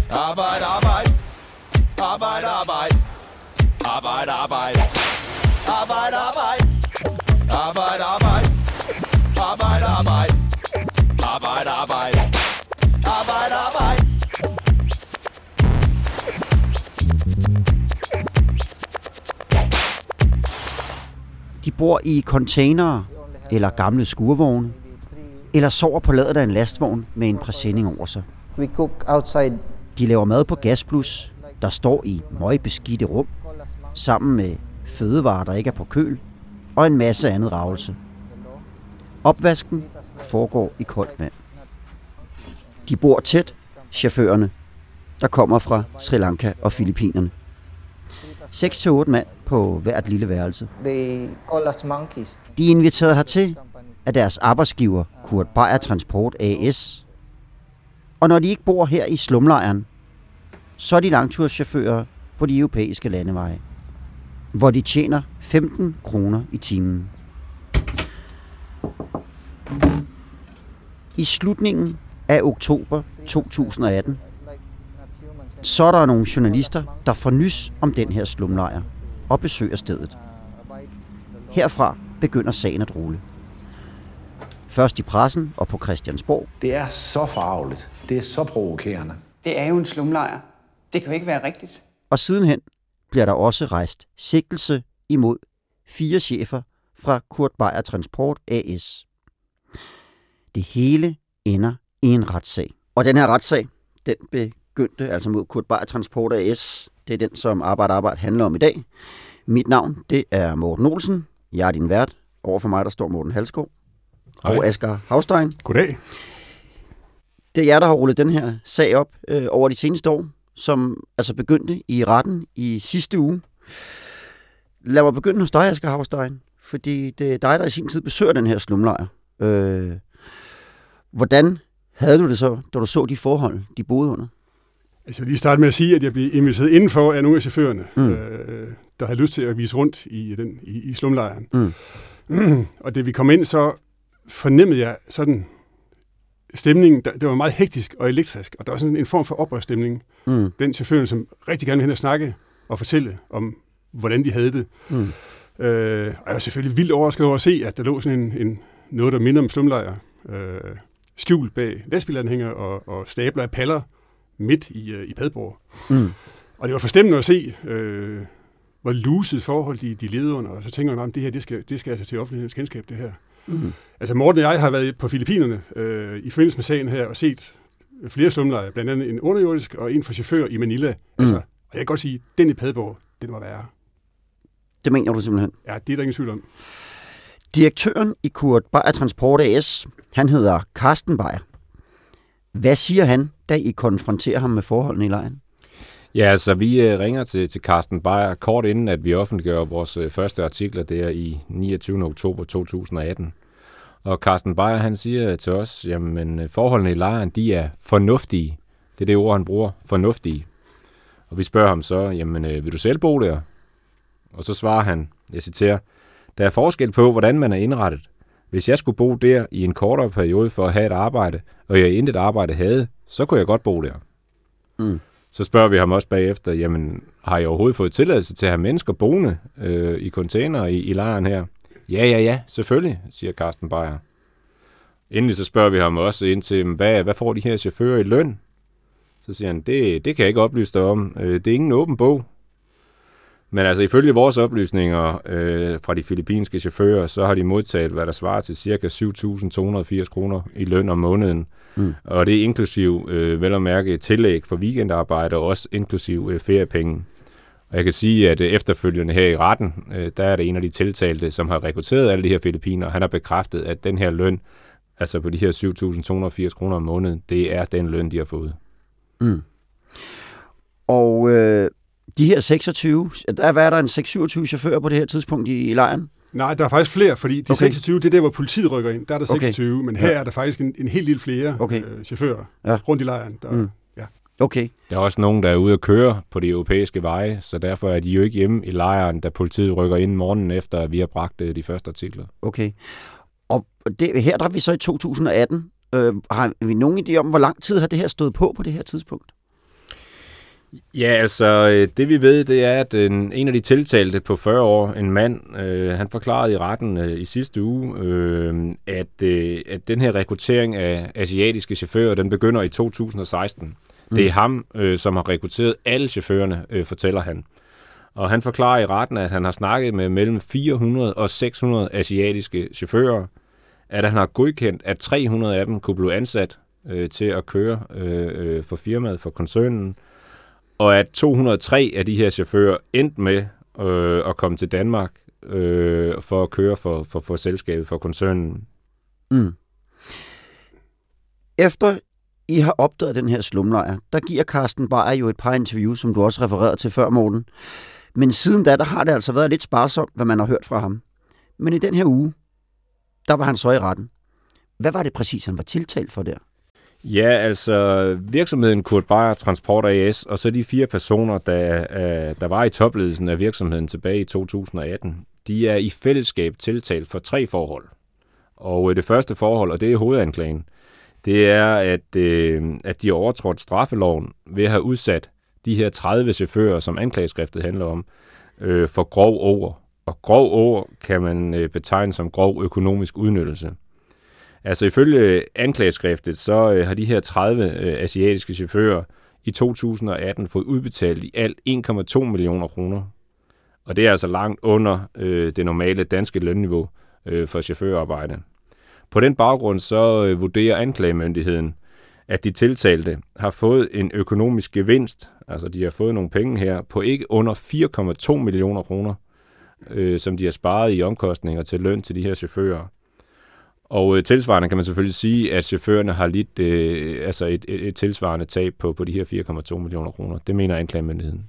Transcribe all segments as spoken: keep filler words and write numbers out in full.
Arbejde, arbejde. Arbejde, arbejde. Arbejde, arbejde. Arbejde, arbejde. Arbejde, arbejde. Arbejde, arbejde. Arbejde, arbejde. Arbejde, arbejde. De bor i containere eller gamle skurvogne, eller sover på ladet af en lastvogn med en præsending over sig. We cook outside. De laver mad på gasblus, der står i møgbeskidte rum, sammen med fødevarer, der ikke er på køl, og en masse andet ravelse. Opvasken foregår i koldt vand. De bor tæt, chaufførerne, der kommer fra Sri Lanka og Filippinerne. seks til otte mand på hvert lille værelse. They call us monkeys. De er inviteret hertil af deres arbejdsgiver, Kurt Beier Transport A S. Og når de ikke bor her i slumlejren, så er de langturschauffører på de europæiske landeveje, hvor de tjener femten kroner i timen. I slutningen af oktober to tusind og atten, så er der nogle journalister, der får nys om den her slumlejr og besøger stedet. Herfra begynder sagen at rulle. Først i pressen og på Christiansborg. Det er så forarveligt. Det er så provokerende. Det er jo en slumlejr. Det kan jo ikke være rigtigt. Og sidenhen bliver der også rejst sigtelse imod fire chefer fra Kurt Beier Transport A S. Det hele ender i en retssag. Og den her retssag, den begyndte altså mod Kurt Beier Transport A S. Det er den, som Arbejde Arbejde handler om i dag. Mit navn, det er Morten Olsen. Jeg er din vært. Overfor mig, der står Morten Halskov. Hej. Og Asger Haustein. Goddag. Det er jer, der har rullet den her sag op øh, over de seneste år, som altså begyndte i retten i sidste uge. Lad mig begynde hos dig, Asger Haustein, fordi det er dig, der i sin tid besøger den her slumlejr. Øh, hvordan havde du det så, da du så de forhold, de boede under? Altså, jeg vil lige starte med at sige, at jeg blev inviteret indenfor af nogle af chaufførerne, mm. øh, der havde lyst til at vise rundt i, den, i, i slumlejren. Mm. Og da vi kom ind, så fornemmede jeg sådan stemningen, der, det var meget hektisk og elektrisk, og der var sådan en form for oprørsstemning mm. blandt chaufførerne, som rigtig gerne ville hen og snakke og fortælle om, hvordan de havde det. Mm. Øh, og jeg var selvfølgelig vildt overrasket over at se, at der lå sådan en, en noget, der minder om slumlejr, øh, skjult bag lastbilanhænger og, og stabler af paller midt i, uh, i Padborg. Mm. Og det var forstemmende at se, øh, hvor luset forhold de, de levede under, og så tænker jeg, at det her, det skal, det skal altså til offentlighedens kendskab, det her. Mm. Altså Morten og jeg har været på Filippinerne øh, i forbindelse med sagen her, og set flere slumlejre, blandt andet en underjordisk og en for chauffør i Manila. Mm. Altså, og jeg kan godt sige, den i Padborg, den var værre. Det mener du simpelthen? Ja, det er der ingen tvivl om. Direktøren i Kurt Beier Transport A S, han hedder Carsten Beier. Hvad siger han, da I konfronterer ham med forholdene i lejren? Ja, altså vi øh, ringer til, til Carsten Beier kort inden, at vi offentliggør vores øh, første artikler der i niogtyvende oktober to tusind og atten. Og Carsten Beier, han siger til os, jamen forholdene i lejren, de er fornuftige. Det er det ord, han bruger, fornuftige. Og vi spørger ham så, jamen øh, vil du selv bo der? Og så svarer han, jeg citerer, der er forskel på, hvordan man er indrettet. Hvis jeg skulle bo der i en kortere periode for at have et arbejde, og jeg intet arbejde havde, så kunne jeg godt bo der. Mm. Så spørger vi ham også bagefter, jamen har I overhovedet fået tilladelse til at have mennesker boende øh, i container i, i lejren her? Ja, ja, ja, selvfølgelig, siger Carsten Beier. Endelig så spørger vi ham også ind til, hvad, hvad får de her chauffører i løn? Så siger han, det, det kan jeg ikke oplyse dig om. Det er ingen åben bog. Men altså ifølge vores oplysninger øh, fra de filippinske chauffører, så har de modtaget, hvad der svarer til ca. syv tusind to hundrede og firs kroner i løn om måneden. Mm. Og det er inklusiv, øh, vel at mærke, tillæg for weekendarbejde og også inklusiv øh, feriepenge. Og jeg kan sige, at øh, efterfølgende her i retten, øh, der er det en af de tiltalte, som har rekrutteret alle de her filippiner. Han har bekræftet, at den her løn, altså på de her syv tusind to hundrede og firs kroner om måneden, det er den løn, de har fået. Mm. Og øh, de her seksogtyve, der er der en seks syvogtyve chauffører på det her tidspunkt i, i lejren? Nej, der er faktisk flere, fordi de okay. seksogtyve, det er der, hvor politiet rykker ind. Der er der seksogtyve, okay. men her ja. er der faktisk en, en helt lille flere okay. øh, chauffører ja. rundt i lejren. Der, mm. ja. Okay. Der er også nogen, der er ude at køre på de europæiske veje, så derfor er de jo ikke hjemme i lejren, da politiet rykker ind morgenen efter, at vi har bragt de første artikler. Okay. Og det, her der er vi så i to tusind og atten. Øh, har vi nogen idé om, hvor lang tid har det her stået på på det her tidspunkt? Ja, altså det vi ved, det er, at en, en af de tiltalte på fyrre år, en mand, øh, han forklarede i retten øh, i sidste uge, øh, at, øh, at den her rekruttering af asiatiske chauffører, den begynder i to tusind og seksten. Mm. Det er ham, øh, som har rekrutteret alle chaufførerne, øh, fortæller han. Og han forklarer i retten, at han har snakket med mellem fire hundrede og seks hundrede asiatiske chauffører, at han har godkendt, at tre hundrede af dem kunne blive ansat øh, til at køre øh, for firmaet, for koncernen, og at to hundrede og tre af de her chauffører endte med øh, at komme til Danmark øh, for at køre for, for, for selskabet, for koncernen. Mm. Efter I har opdaget den her slumlejr, der giver Carsten Beyer jo et par interviews, som du også refererede til før, Morten. Men siden da, der har det altså været lidt sparsomt, hvad man har hørt fra ham. Men i den her uge, der var han så i retten. Hvad var det præcis, han var tiltalt for der? Ja, altså virksomheden Kurt Beier Transport A S, og så de fire personer, der, der var i topledelsen af virksomheden tilbage i to tusind og atten, de er i fællesskab tiltalt for tre forhold. Og det første forhold, og det er hovedanklagen, det er, at, øh, at de har overtrådt straffeloven ved at have udsat de her tredive chauffører, som anklageskriftet handler om, øh, for grov over. Og grov over kan man øh, betegne som grov økonomisk udnyttelse. Altså ifølge anklageskriftet, så øh, har de her tredive øh, asiatiske chauffører i to tusind og atten fået udbetalt i alt en komma to millioner kroner. Og det er altså langt under øh, det normale danske lønniveau øh, for chaufførarbejde. På den baggrund så øh, vurderer anklagemyndigheden, at de tiltalte har fået en økonomisk gevinst, altså de har fået nogle penge her, på ikke under fire komma to millioner kroner, øh, som de har sparet i omkostninger til løn til de her chauffører. Og øh, tilsvarende kan man selvfølgelig sige, at chaufførerne har lidt øh, altså et, et, et tilsvarende tab på, på de her fire komma to millioner kroner. Det mener anklagemyndigheden.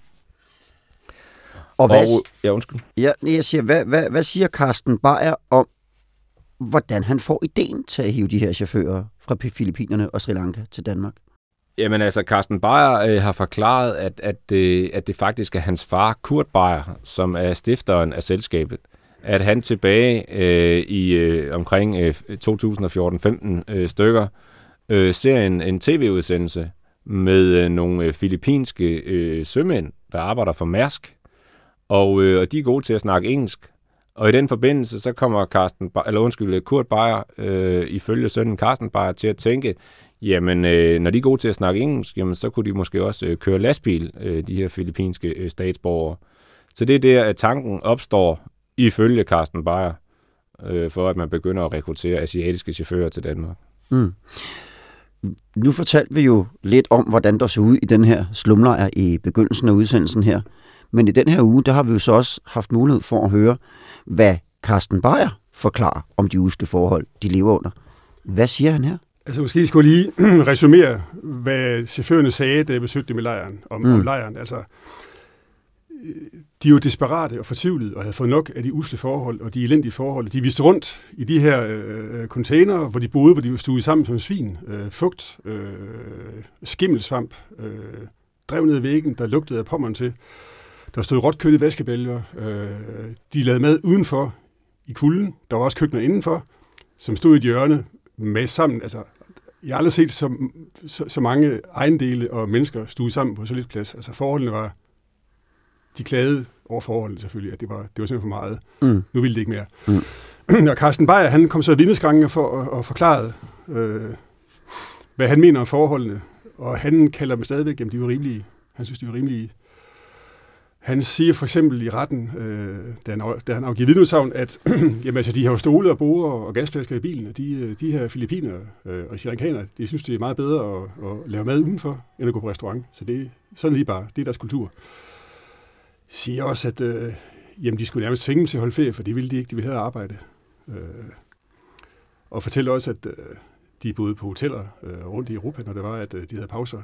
Og, hvad, og ja, undskyld. Ja, jeg siger, hvad, hvad, hvad siger Carsten Beyer om, hvordan han får ideen til at hive de her chauffører fra Filippinerne og Sri Lanka til Danmark? Jamen altså, Carsten Beyer øh, har forklaret, at, at, øh, at det faktisk er hans far, Kurt Beyer, som er stifteren af selskabet. At han tilbage øh, i øh, omkring øh, to tusind og fjorten femten øh, stykker øh, ser en, en tv-udsendelse med øh, nogle øh, filippinske øh, sømænd, der arbejder for Mærsk, og, øh, og de er gode til at snakke engelsk. Og i den forbindelse, så kommer Carsten, eller undskyld, Kurt Beyer, øh, ifølge sønnen Carsten Beyer, til at tænke, jamen, øh, når de er gode til at snakke engelsk, jamen, så kunne de måske også øh, køre lastbil, øh, de her filippinske øh, statsborgere. Så det er der, at tanken opstår, ifølge Carsten Beyer, øh, for at man begynder at rekruttere asiatiske chauffører til Danmark. Mm. Nu fortalte vi jo lidt om, hvordan der så ud i den her slumlejr i begyndelsen af udsendelsen her. Men i den her uge, der har vi jo så også haft mulighed for at høre, hvad Carsten Beyer forklarer om de usle forhold, de lever under. Hvad siger han her? Altså måske skulle jeg lige resumere, hvad chaufførerne sagde, da jeg besøgte dem i lejren, om, mm. om lejren. Altså, de er jo desperate og fortvivlede og havde fået nok af de usle forhold og de elendige forhold. De viste rundt i de her øh, containere, hvor de boede, hvor de stod sammen som svin. Øh, fugt, øh, skimmelsvamp, øh, drev ned ad væggen, der lugtede af pommeren til. Der stod råt kød i vaskebælger. Øh, de lavede mad udenfor i kulden. Der var også køkkener indenfor, som stod i et hjørne med sammen. Altså, jeg har aldrig set så, så, så mange ejendele og mennesker stod sammen på så lidt plads. Altså forholdene var... De klagede over forholdet selvfølgelig, at det var, det var simpelthen for meget. Mm. Nu ville det ikke mere. Mm. Og Carsten Beyer, han kom så i vidnesgangen for at, at forklare, øh, hvad han mener om forholdene. Og han kalder dem stadigvæk, jamen de var rimelige. Han synes, de var rimelige. Han siger for eksempel i retten, øh, da, han, da han afgiver vidneudsagn, at jamen, altså, de har jo stole og borer og gasflasker i bilen, og de, de her filippinere øh, og srilankanere, de synes, det er meget bedre at, at lave mad udenfor, end at gå på restaurant. Så det sådan lige bare, det er deres kultur. Siger også, at øh, jamen, de skulle nærmest tvinge dem til at holde ferie, for det ville de ikke, de ville have arbejde. Øh, og fortæller også, at øh, de boede på hoteller øh, rundt i Europa, når det var, at øh, de havde pauser.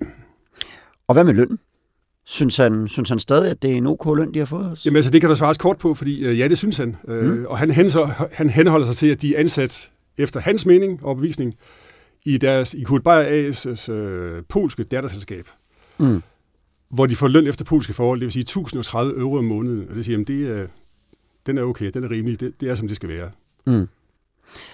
Og hvad med lønnen? Synes han, synes han stadig, at det er en ok løn, de har fået os? Jamen altså, det kan der svares kort på, fordi øh, ja, det synes han. Øh, mm. Og han, hen, så, han henholder sig til, at de er ansat efter hans mening og overbevisning i, deres, i Kurt Beyer A S' øh, polske datterselskab. Mm. Hvor de får løn efter polske forhold, det vil sige tusind og tredive euro om måneden. Og det siger, at det er, den er okay, den er rimelig, det, det er, som det skal være. Mm.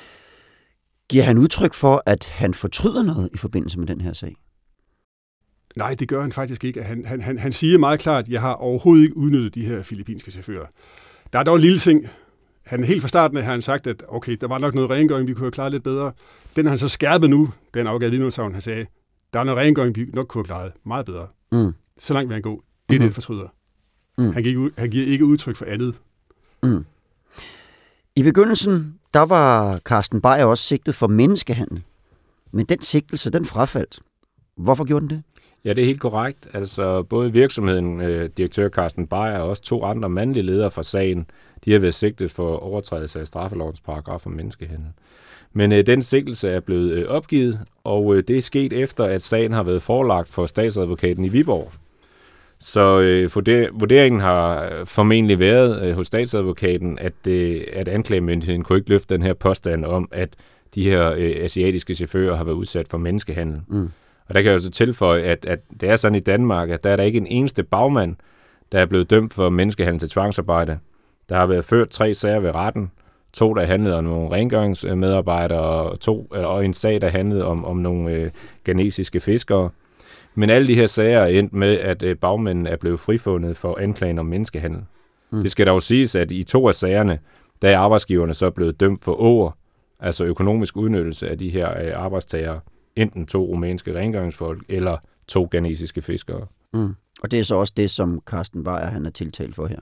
Giver han udtryk for, at han fortryder noget i forbindelse med den her sag? Nej, det gør han faktisk ikke. Han, han, han, han siger meget klart, at jeg har overhovedet ikke udnyttet de her filippinske chauffører. Der er dog en lille ting. Han helt fra starten af har han sagt, at okay, der var nok noget rengøring, vi kunne have klaret lidt bedre. Den har han så skærpet nu, den afgav vidneudsagn, han sagde, der er noget rengøring, vi nok kunne have klaret meget bedre. Mm. Så langt vil han gå. Det er mm. det, fortryder. Mm. Han, giver, han giver ikke udtryk for andet. Mm. I begyndelsen, der var Carsten Beyer også sigtet for menneskehandel. Men den sigtelse, den frafaldt. Hvorfor gjorde den det? Ja, det er helt korrekt. Altså både virksomheden, øh, direktør Carsten Beyer og også to andre mandlige ledere fra sagen, de har været sigtet for overtrædelse af straffelovens paragraf om menneskehandel. Men øh, den sigtelse er blevet øh, opgivet, og øh, det er sket efter, at sagen har været forelagt for statsadvokaten i Viborg. Så øh, vurderingen har formentlig været øh, hos statsadvokaten, at, øh, at anklagemyndigheden kunne ikke løfte den her påstand om, at de her øh, asiatiske chauffører har været udsat for menneskehandel. Mm. Og der kan jeg jo så tilføje, at, at det er sådan i Danmark, at der er der ikke en eneste bagmand, der er blevet dømt for menneskehandel til tvangsarbejde. Der har været ført tre sager ved retten. To, der handlede om nogle rengøringsmedarbejdere, og, to, og en sag, der handlede om, om nogle øh, ghanesiske fiskere. Men alle de her sager er endt med, at øh, bagmændene er blevet frifundet for anklagen om menneskehandel. Mm. Det skal dog siges, at i to af sagerne, der er arbejdsgiverne så blevet dømt for åger, altså økonomisk udnyttelse af de her øh, arbejdstagere, enten to rumænske rengøringsfolk eller to ghanesiske fiskere. Mm. Og det er så også det, som Carsten Beyer han er tiltalt for her.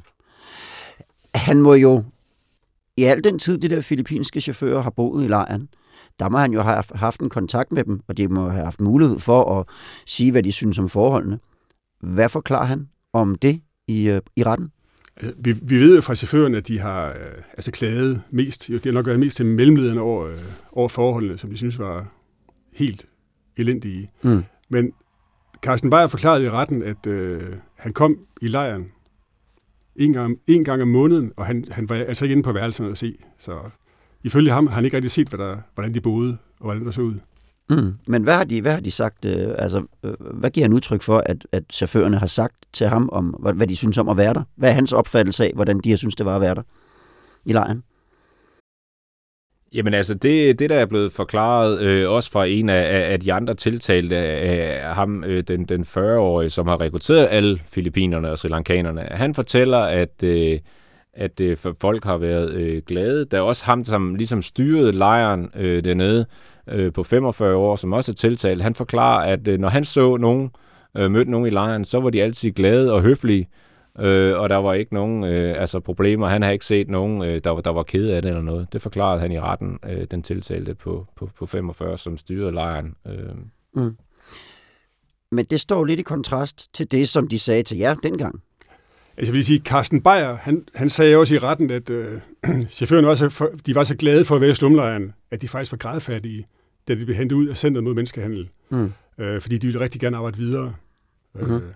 Han må jo, i al den tid, de der filippinske chauffører har boet i lejren, der må han jo have haft en kontakt med dem, og de må have haft mulighed for at sige, hvad de synes om forholdene. Hvad forklarer han om det i, øh, i retten? Altså, vi, vi ved jo fra chaufførerne, at de har øh, altså klaget mest, jo, det har nok været mest til mellemlederne over, øh, over forholdene, som de synes var helt elendige. Mm. Men Carsten Beyer forklarede i retten, at øh, han kom i lejren en gang, en gang om måneden, og han, han var altså ikke inde på værelserne at se. Så ifølge ham har han ikke rigtig set, hvad der, hvordan de boede, og hvordan det så ud. Mm. Men hvad har de, hvad har de sagt? Øh, altså, øh, hvad giver han udtryk for, at, at chaufførerne har sagt til ham, om hvad, hvad de synes om at være der? Hvad er hans opfattelse af, hvordan de har synes, det var at være der i lejren? Jamen altså, det, det der er blevet forklaret, øh, også fra en af, af de andre tiltalte, af ham, øh, den, den fyrre-årige, som har rekrutteret alle filippinerne og srilankanerne, han fortæller, at, øh, at øh, folk har været øh, glade. Der er også ham, som ligesom styrede lejren øh, dernede øh, på femogfyrre år, som også er tiltalt. Han forklarer, at øh, når han så nogen, øh, mødte nogen i lejren, så var de altid glade og høflige. Øh, og der var ikke nogen øh, altså problemer. Han har ikke set nogen, øh, der, var, der var kede af det eller noget. Det forklarede han i retten, øh, den tiltalte på, på, på femogfyrre, som styrede lejren. Øh. Mm. Men det står lidt i kontrast til det, som de sagde til jer dengang. Altså jeg vil sige, Carsten Beyer, han, han sagde også i retten, at øh, chaufførerne var så, for, de var så glade for at være i slumlejren, at de faktisk var grædfattige, da de blev hentet ud af centret mod menneskehandel. Mm. Øh, fordi de ville rigtig gerne arbejde videre. Mm-hmm. Øh,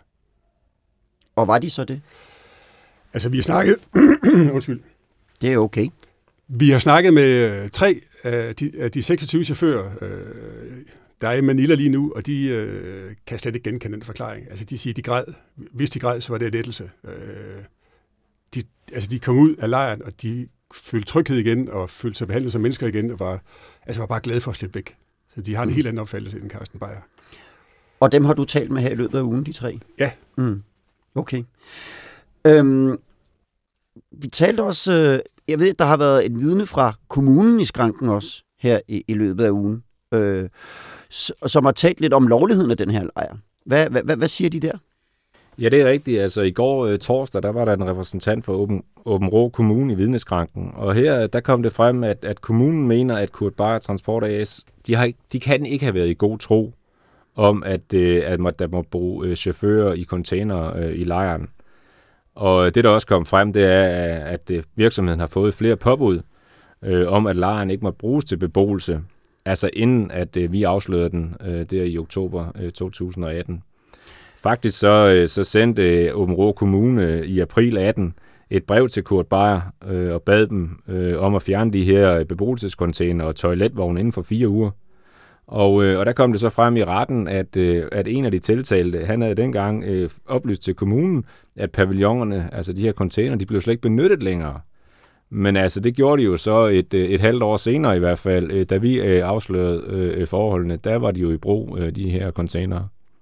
Og var de så det? Altså, vi har snakket... Undskyld. Det er okay. Vi har snakket med tre af de, af de seksogtyve chauffører, øh, der er i Manila lige nu, og de øh, kan slet ikke genkende den forklaring. Altså, de siger, de græd. Hvis de græd, så var det et lettelse. Øh, de, altså, de kom ud af lejren, og de følte tryghed igen, og følte sig behandlet som mennesker igen, og var, altså, var bare glade for at slippe væk. Så de har en mm. helt anden opfattelse end Carsten Beyer. Og dem har du talt med her i løbet af ugen, de tre? Ja. Mm. Okay. Øhm, vi talte også, øh, jeg ved, der har været et vidne fra kommunen i skranken også her i, i løbet af ugen, øh, som har talt lidt om lovligheden af den her lejr. Hvad, hvad, hvad, hvad siger de der? Ja, det er rigtigt. Altså i går øh, torsdag, der var der en repræsentant for Åben, Åbenrå Kommune i vidneskranken, og her der kom det frem, at, at kommunen mener, at Kurt Beier Transport A S, de, har, de kan ikke have været i god tro om, at, øh, at man, der må bruge øh, chauffører i container øh, i lejren. Og det, der også kom frem, det er, at øh, virksomheden har fået flere påbud øh, om, at lejren ikke må bruges til beboelse, altså inden at øh, vi afslørede den øh, der i oktober øh, to tusind og atten. Faktisk så, øh, så sendte øh, Åbenrå Kommune øh, i april atten et brev til Kurt Beier øh, og bad dem øh, om at fjerne de her beboelsescontainer og toiletvogne inden for fire uger. Og, øh, og der kom det så frem i retten, at, øh, at en af de tiltalte, han havde dengang øh, oplyst til kommunen, at pavillonerne, altså de her container, de blev slet ikke benyttet længere. Men altså, det gjorde de jo så et, et halvt år senere i hvert fald, øh, da vi øh, afslørede øh, forholdene, der var de jo i brug, øh, de her container.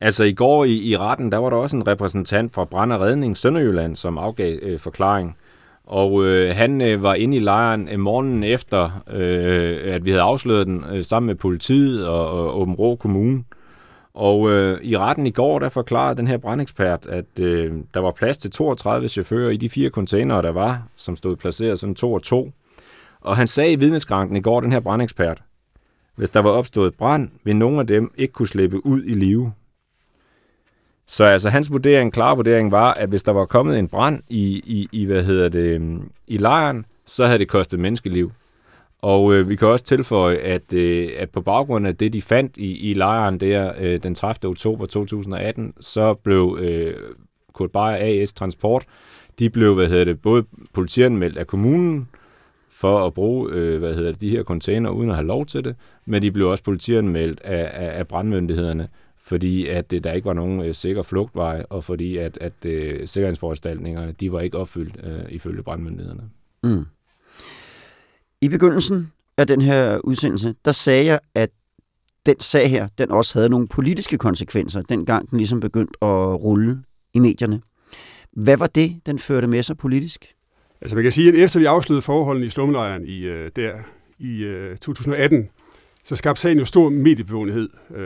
Altså i går i, i retten, der var der også en repræsentant fra Brand og Redning Sønderjylland, som afgav øh, forklaring. Og øh, han øh, var inde i lejren øh, morgenen efter, øh, at vi havde afsløret den, øh, sammen med politiet og, og Aabenraa Kommune. Og øh, i retten i går, der forklarede den her brandekspert, at øh, der var plads til toogtredive chauffører i de fire containere, der var, som stod placeret sådan to og to. Og han sagde i vidneskranken i går, den her brandekspert, hvis der var opstået brand, vil nogle af dem ikke kunne slippe ud i live. Så altså hans vurdering, klar vurdering var, at hvis der var kommet en brand i, i, i hvad hedder det, i lejren, så havde det kostet menneskeliv. Og øh, vi kan også tilføje, at, øh, at på baggrund af det, de fandt i, i lejren der øh, den tredivte oktober to tusind og atten, så blev øh, Kurt Beier A S Transport, de blev, hvad hedder det, både politianmeldt af kommunen for at bruge, øh, hvad hedder det, de her container uden at have lov til det, men de blev også politianmeldt af, af, af brandmyndighederne, fordi at øh, der ikke var nogen øh, sikker flugtvej, og fordi at, at øh, sikkerhedsforanstaltningerne, de var ikke opfyldt øh, ifølge brandmyndighederne. Mm. I begyndelsen af den her udsendelse, der sagde jeg, at den sag her, den også havde nogle politiske konsekvenser, dengang den ligesom begyndte at rulle i medierne. Hvad var det, den førte med sig politisk? Altså man kan sige, at efter vi afslørede forholdene i slumlejren i, øh, der i øh, to tusind og atten, så skabte sagen jo stor mediebevågenhed. Øh,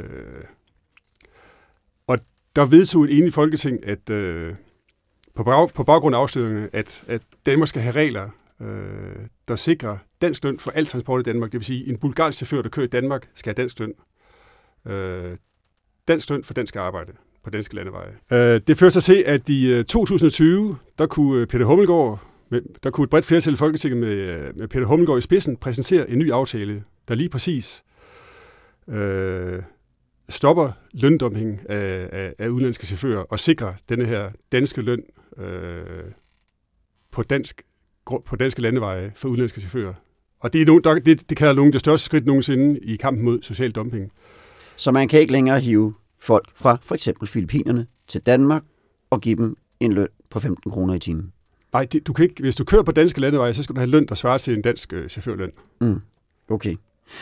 og der vedtog et enigt Folketing, at øh, på, bag, på baggrund af afsløringerne, at, at Danmark skal have regler, øh, der sikrer dansk løn for al transport i Danmark. Det vil sige, at en bulgarsk chauffør, der kører i Danmark, skal have dansk løn. Øh, dansk løn for dansk arbejde på danske landeveje. Øh, det førte sig til, at i to tusind og tyve, der kunne Peter Hummelgaard, med, der kunne et bredt flertal i Folketinget med, med Peter Hummelgaard i spidsen præsentere en ny aftale, der lige præcis øh, stopper løndumping af, af, af udenlandske chauffører og sikrer denne her danske løn øh, på, dansk, på danske landeveje for udenlandske chauffører. Og det, er nogen, der, det, det kalder nogen det største skridt nogensinde i kampen mod social dumping. Så man kan ikke længere hive folk fra for eksempel Filippinerne til Danmark og give dem en løn på femten kroner i timen? Nej, det, du kan ikke, hvis du kører på danske landeveje, så skal du have løn, der svarer til en dansk øh, chaufførløn. Mm, okay.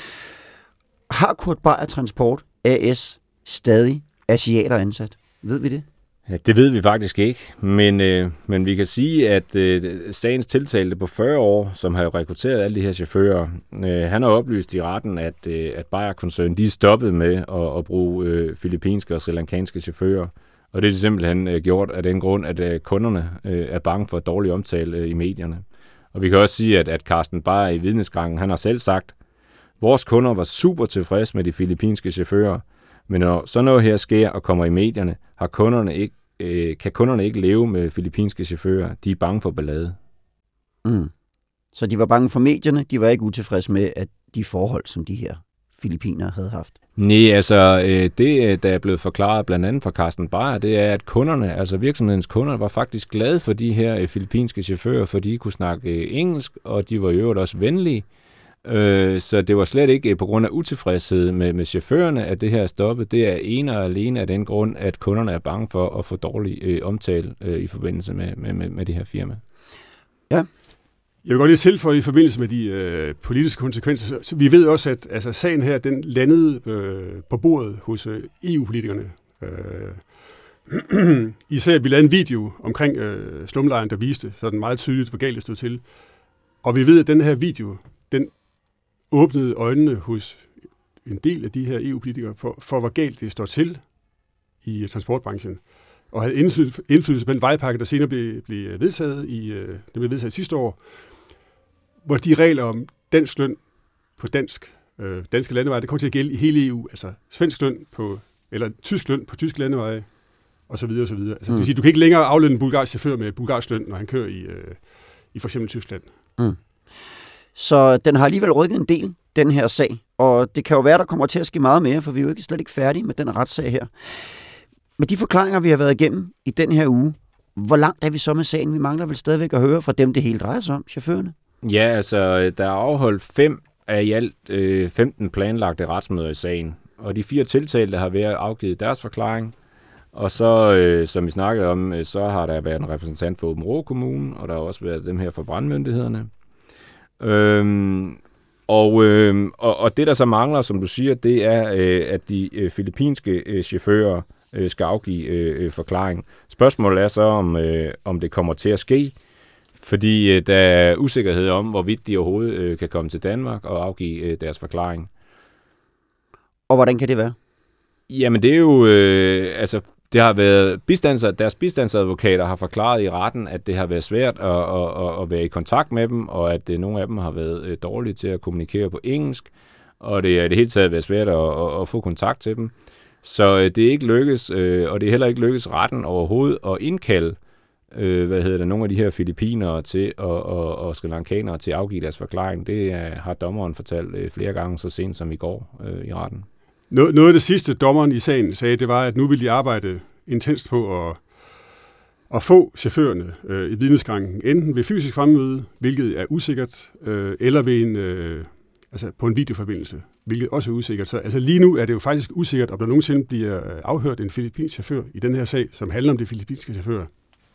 Har Kurt Beier Transport A S stadig asiater ansat? Ved vi det? Ja, det ved vi faktisk ikke, men, øh, men vi kan sige, at øh, sagens tiltalte på fyrre år, som har rekrutteret alle de her chauffører, øh, han har oplyst i retten, at, øh, at Beier-koncernen de er stoppet med at, at bruge øh, filippinske og srilankanske chauffører. Og det er simpelthen øh, gjort af den grund, at øh, kunderne øh, er bange for dårlig omtale øh, i medierne. Og vi kan også sige, at, at Carsten Beier i vidneskranken, han har selv sagt, vores kunder var super tilfredse med de filippinske chauffører, men når sådan noget her sker og kommer i medierne, har kunderne ikke, øh, kan kunderne ikke leve med filippinske chauffører. De er bange for ballade. Mm. Så de var bange for medierne, de var ikke utilfredse med at de forhold, som de her filippinere havde haft? Nej, altså det, der er blevet forklaret blandt andet fra Carsten Beier, det er, at kunderne, altså virksomhedens kunder, var faktisk glade for de her filippinske chauffører, fordi de kunne snakke engelsk, og de var i øvrigt også venlige. Så det var slet ikke på grund af utilfredshed med, med chaufførerne, at det her er stoppet. Det er ene og alene af den grund, at kunderne er bange for at få dårlig øh, omtale øh, i forbindelse med, med, med, med det her firma. Ja. Jeg vil godt lige tilføje i forbindelse med de øh, politiske konsekvenser. Så, så vi ved også, at altså, sagen her, den landede øh, på bordet hos øh, E U-politikerne. Øh, især at vi lavede en video omkring øh, slumlejren, der viste sådan meget tydeligt, hvor galt det stod til. Og vi ved, at den her video, den åbnede øjnene hos en del af de her E U-politikere for, for hvor galt det står til i transportbranchen. Og havde indflydelse på den vejpakke, der senere blev, blev vedtaget i, øh, det blev vedtaget sidste år, hvor de regler om dansk løn på dansk, øh, danske landeveje, det kommer til at gælde i hele E U, altså svensk løn på, eller tysk løn på tyske landeveje, og så videre, og så videre. Altså, mm. det vil sige, du kan ikke længere aflønne en bulgarsk chauffør med bulgarsk løn, når han kører i, øh, i for eksempel Tyskland. Mm. Så den har alligevel rykket en del, den her sag, og det kan jo være, der kommer til at ske meget mere, for vi er jo ikke slet ikke færdige med den retssag her. Med de forklaringer, vi har været igennem i den her uge, hvor langt er vi så med sagen? Vi mangler vel stadigvæk at høre fra dem, det hele drejer sig om, chaufførerne? Ja, altså, der er afholdt fem af i alt øh, femten planlagte retsmøder i sagen, og de fire tiltalte har været afgivet deres forklaring, og så, øh, som vi snakkede om, øh, så har der været en repræsentant for Aabenraa Kommune, og der har også været dem her fra brandmyndighederne. Øhm, og, øh, og, og det, der så mangler, som du siger, det er, øh, at de øh, filippinske øh, chauffører øh, skal afgive øh, forklaring. Spørgsmålet er så, om, øh, om det kommer til at ske, fordi øh, der er usikkerhed om, hvorvidt de overhovedet øh, kan komme til Danmark og afgive øh, deres forklaring. Og hvordan kan det være? Jamen det er jo, øh, altså det har været bistands, deres bistandsadvokater har forklaret i retten, at det har været svært at, at, at være i kontakt med dem, og at øh, nogle af dem har været øh, dårlige til at kommunikere på engelsk, og det er det hele taget været svært at, at, at få kontakt til dem. Så øh, det er ikke lykkes, øh, og det er heller ikke lykkes retten overhovedet at indkalde øh, hvad hedder det, nogle af de her filippinere til og, og, og sri lankanere til at afgive deres forklaring. Det øh, har dommeren fortalt øh, flere gange, så sent som i går øh, i retten. Noget af det sidste, dommeren i sagen sagde, det var, at nu ville de arbejde intenst på at, at få chaufførerne øh, i vidneskranken, enten ved fysisk fremmøde, hvilket er usikkert, øh, eller ved en, øh, altså på en videoforbindelse, hvilket også er usikkert. Så altså lige nu er det jo faktisk usikkert, om der nogensinde bliver afhørt en filippinsk chauffør i den her sag, som handler om de filippinske chauffører.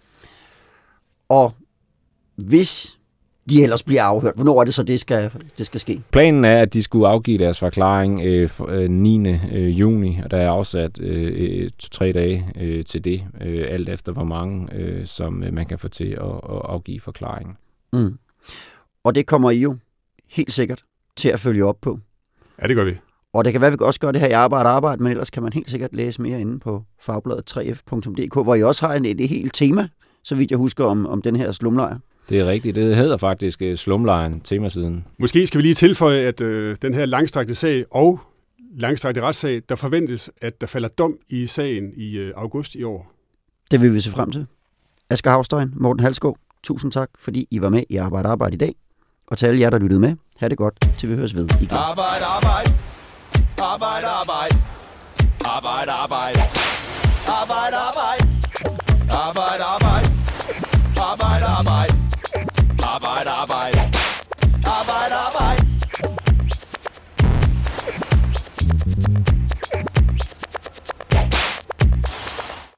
Og hvis de ellers bliver afhørt, hvornår er det så, det skal, det skal ske? Planen er, at de skulle afgive deres forklaring øh, niende juni, og der er afsat øh, tre dage øh, til det, øh, alt efter hvor mange, øh, som øh, man kan få til at, at afgive forklaringen. Mm. Og det kommer I jo helt sikkert til at følge op på. Ja, det gør vi. Og det kan være, at vi også gør det her i Arbejde Arbejde, men ellers kan man helt sikkert læse mere inde på fagbladet tre f punktum d k, hvor I også har en, et, et helt tema, så vidt jeg husker, om, om den her slumlejr. Det er rigtigt. Det hedder faktisk slumlejren, temasiden. Måske skal vi lige tilføje, at øh, den her langstrakte sag og langstrakte retssag, der forventes, at der falder dom i sagen i øh, august i år. Det vil vi se frem til. Asger Haustein, Morten Halsgaard, tusind tak, fordi I var med i Arbejde Arbejde i dag. Og til alle jer, der lyttede med, ha' det godt, til vi høres ved igen. Arbejde, arbejde. Arbejde, arbejde. Arbejde, arbejde. Arbejde, arbejde. Arbejde, arbejde. Arbejde, arbejde. Arbejde, arbejde.